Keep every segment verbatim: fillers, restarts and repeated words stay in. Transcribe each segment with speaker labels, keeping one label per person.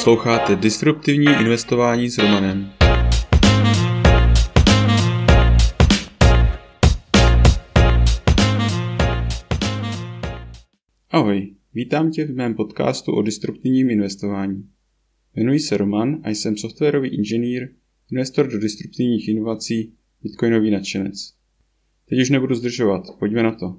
Speaker 1: Posloucháte Disruptivní investování s Romanem. Ahoj, vítám tě v mém podcastu o disruptivním investování. Jmenuji se Roman a jsem softwarový inženýr, investor do disruptivních inovací, bitcoinový nadšenec. Teď už nebudu zdržovat, pojďme na to.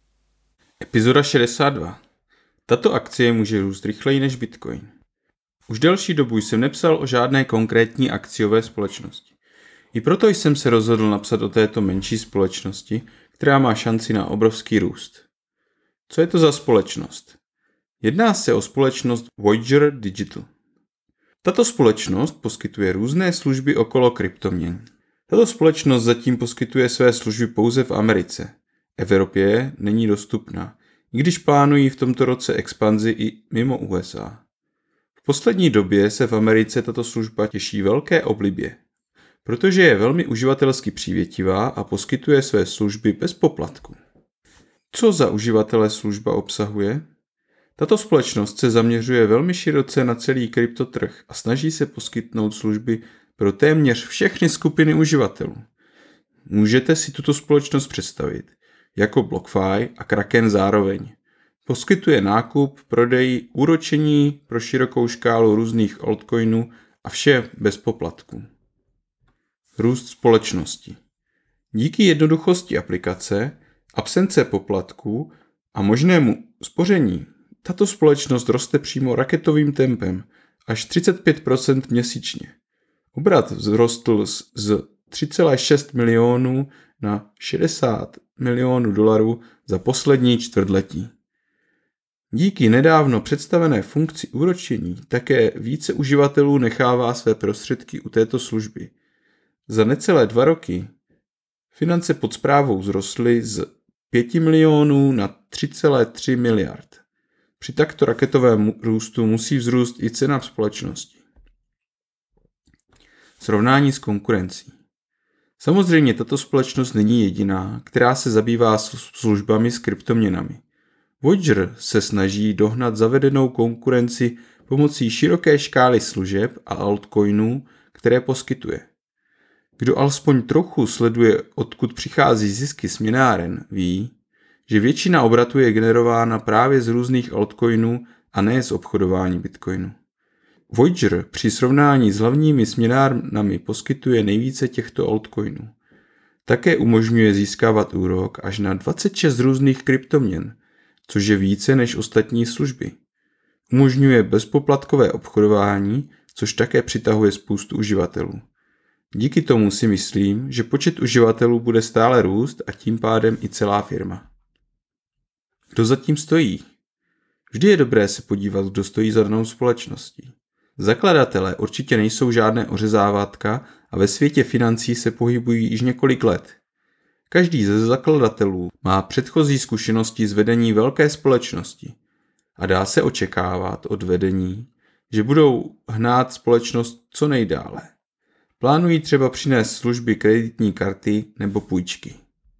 Speaker 2: Epizoda šedesát dva. Tato akcie může růst rychleji než Bitcoin. Už delší dobu jsem nepsal o žádné konkrétní akciové společnosti. I proto jsem se rozhodl napsat o této menší společnosti, která má šanci na obrovský růst. Co je to za společnost? Jedná se o společnost Voyager Digital. Tato společnost poskytuje různé služby okolo kryptoměn. Tato společnost zatím poskytuje své služby pouze v Americe. V Evropě není dostupná, i když plánují v tomto roce expanzi i mimo U S A. V poslední době se v Americe tato služba těší velké oblibě, protože je velmi uživatelsky přívětivá a poskytuje své služby bez poplatku. Co za uživatele služba obsahuje? Tato společnost se zaměřuje velmi široce na celý kryptotrh a snaží se poskytnout služby pro téměř všechny skupiny uživatelů. Můžete si tuto společnost představit jako BlockFi a Kraken zároveň. Poskytuje nákup, prodej, úročení pro širokou škálu různých altcoinů a vše bez poplatku. Růst společnosti. Díky jednoduchosti aplikace, absence poplatků a možnému spoření tato společnost roste přímo raketovým tempem až třicet pět procent měsíčně. Obrat vzrostl z tři celé šest milionů na šedesát milionů dolarů za poslední čtvrtletí. Díky nedávno představené funkci úročení také více uživatelů nechává své prostředky u této služby. Za necelé dva roky finance pod správou vzrostly z pět milionů na tři celé tři miliard. Při takto raketovém růstu musí vzrůst i cena v společnosti. Srovnání s konkurencí. Samozřejmě tato společnost není jediná, která se zabývá službami s kryptoměnami. Voyager se snaží dohnat zavedenou konkurenci pomocí široké škály služeb a altcoinů, které poskytuje. Kdo alespoň trochu sleduje, odkud přichází zisky směnáren, ví, že většina obratu je generována právě z různých altcoinů a ne z obchodování bitcoinu. Voyager při srovnání s hlavními směnárnami poskytuje nejvíce těchto altcoinů. Také umožňuje získávat úrok až na dvacet šest různých kryptoměn, což je více než ostatní služby. Umožňuje bezpoplatkové obchodování, což také přitahuje spoustu uživatelů. Díky tomu si myslím, že počet uživatelů bude stále růst a tím pádem i celá firma. Kdo za tím stojí? Vždy je dobré se podívat, kdo stojí za danou společností. Zakladatelé určitě nejsou žádné ořezávátka a ve světě financí se pohybují již několik let. Každý ze zakladatelů má předchozí zkušenosti z vedení velké společnosti a dá se očekávat od vedení, že budou hnát společnost co nejdále. Plánují třeba přinést služby kreditní karty nebo půjčky.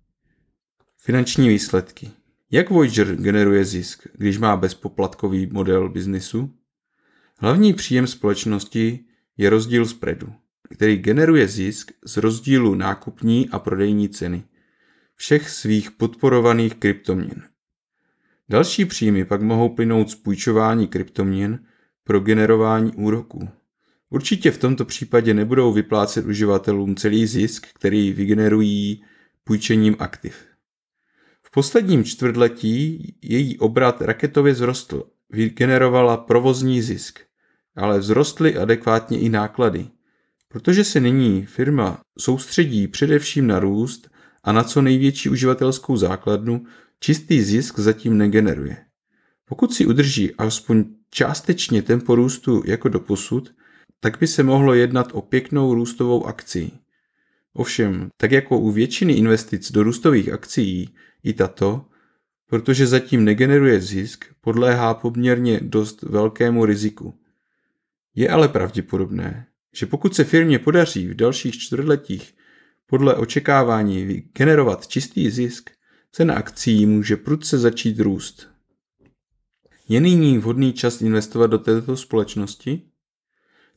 Speaker 2: Finanční výsledky. Jak Voyager generuje zisk, když má bezpoplatkový model biznisu? Hlavní příjem společnosti je rozdíl spreadu, který generuje zisk z rozdílu nákupní a prodejní ceny všech svých podporovaných kryptoměn. Další příjmy pak mohou plynout z půjčování kryptoměn pro generování úroků. Určitě v tomto případě nebudou vyplácet uživatelům celý zisk, který vygenerují půjčením aktiv. V posledním čtvrtletí její obrat raketově vzrostl, vygenerovala provozní zisk, ale vzrostly adekvátně i náklady, protože se nyní firma soustředí především na růst a na co největší uživatelskou základnu, čistý zisk zatím negeneruje. Pokud si udrží alespoň částečně tempo růstu jako doposud, tak by se mohlo jednat o pěknou růstovou akci. Ovšem, tak jako u většiny investic do růstových akcií, i tato, protože zatím negeneruje zisk, podléhá poměrně dost velkému riziku. Je ale pravděpodobné, že pokud se firmě podaří v dalších čtvrtletích podle očekávání generovat čistý zisk, cena akcií může prudce začít růst. Je nyní vhodný čas investovat do této společnosti?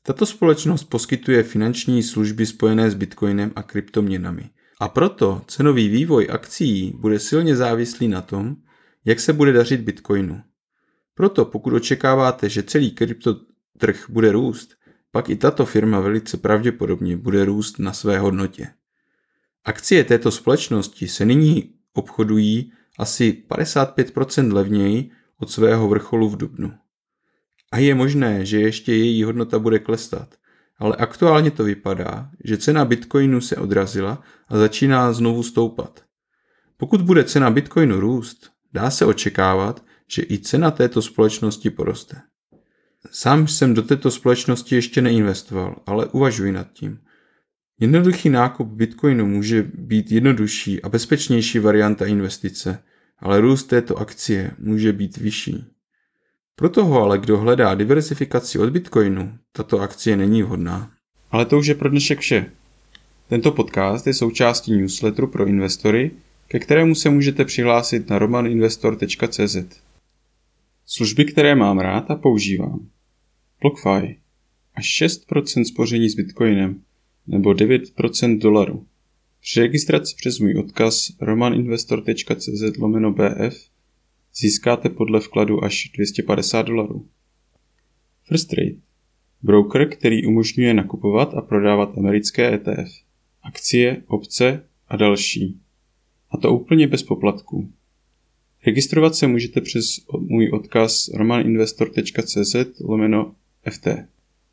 Speaker 2: Tato společnost poskytuje finanční služby spojené s bitcoinem a kryptoměnami. A proto cenový vývoj akcií bude silně závislý na tom, jak se bude dařit bitcoinu. Proto pokud očekáváte, že celý kryptotrh bude růst, pak i tato firma velice pravděpodobně bude růst na své hodnotě. Akcie této společnosti se nyní obchodují asi padesát pět procent levněji od svého vrcholu v dubnu. A je možné, že ještě její hodnota bude klesat, ale aktuálně to vypadá, že cena bitcoinu se odrazila a začíná znovu stoupat. Pokud bude cena bitcoinu růst, dá se očekávat, že i cena této společnosti poroste. Sám jsem do této společnosti ještě neinvestoval, ale uvažuji nad tím. Jednoduchý nákup bitcoinu může být jednodušší a bezpečnější varianta investice, ale růst této akcie může být vyšší. Pro toho ale, kdo hledá diversifikaci od bitcoinu, tato akcie není vhodná.
Speaker 1: Ale to už je pro dnešek vše. Tento podcast je součástí newsletteru pro investory, ke kterému se můžete přihlásit na roman investor tečka cé zet. Služby, které mám rád a používám. BlockFi. Až šest procent spoření s bitcoinem nebo devět procent dolaru. Při registraci přes můj odkaz roman investor tečka cé zet lomeno bé ef získáte podle vkladu až dvě stě padesát dolarů. First Trade. Broker, který umožňuje nakupovat a prodávat americké é té ef, akcie, opce a další. A to úplně bez poplatků. Registrovat se můžete přes můj odkaz roman investor tečka cé zet lomeno ef té.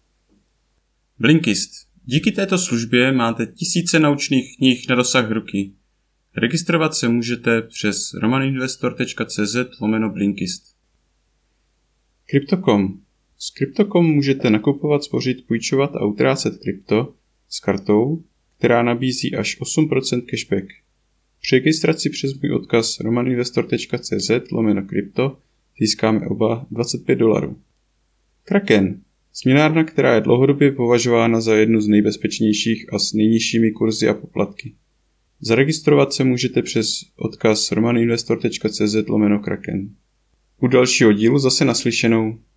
Speaker 1: Blinkist. Díky této službě máte tisíce naučných knih na dosah ruky. Registrovat se můžete přes roman investor tečka cé zet lomeno Blinkist. Crypto tečka com. S Crypto tečka com můžete nakupovat, spořit, půjčovat a utrácet krypto s kartou, která nabízí až osm procent cashback. Při registraci přes můj odkaz roman investor tečka cé zet lomeno krypto získáme oba dvacet pět dolarů. Kraken. Směnárna, která je dlouhodobě považována za jednu z nejbezpečnějších a s nejnižšími kurzy a poplatky. Zaregistrovat se můžete přes odkaz roman investor tečka cé zet lomeno Kraken. U dalšího dílu zase naslyšenou.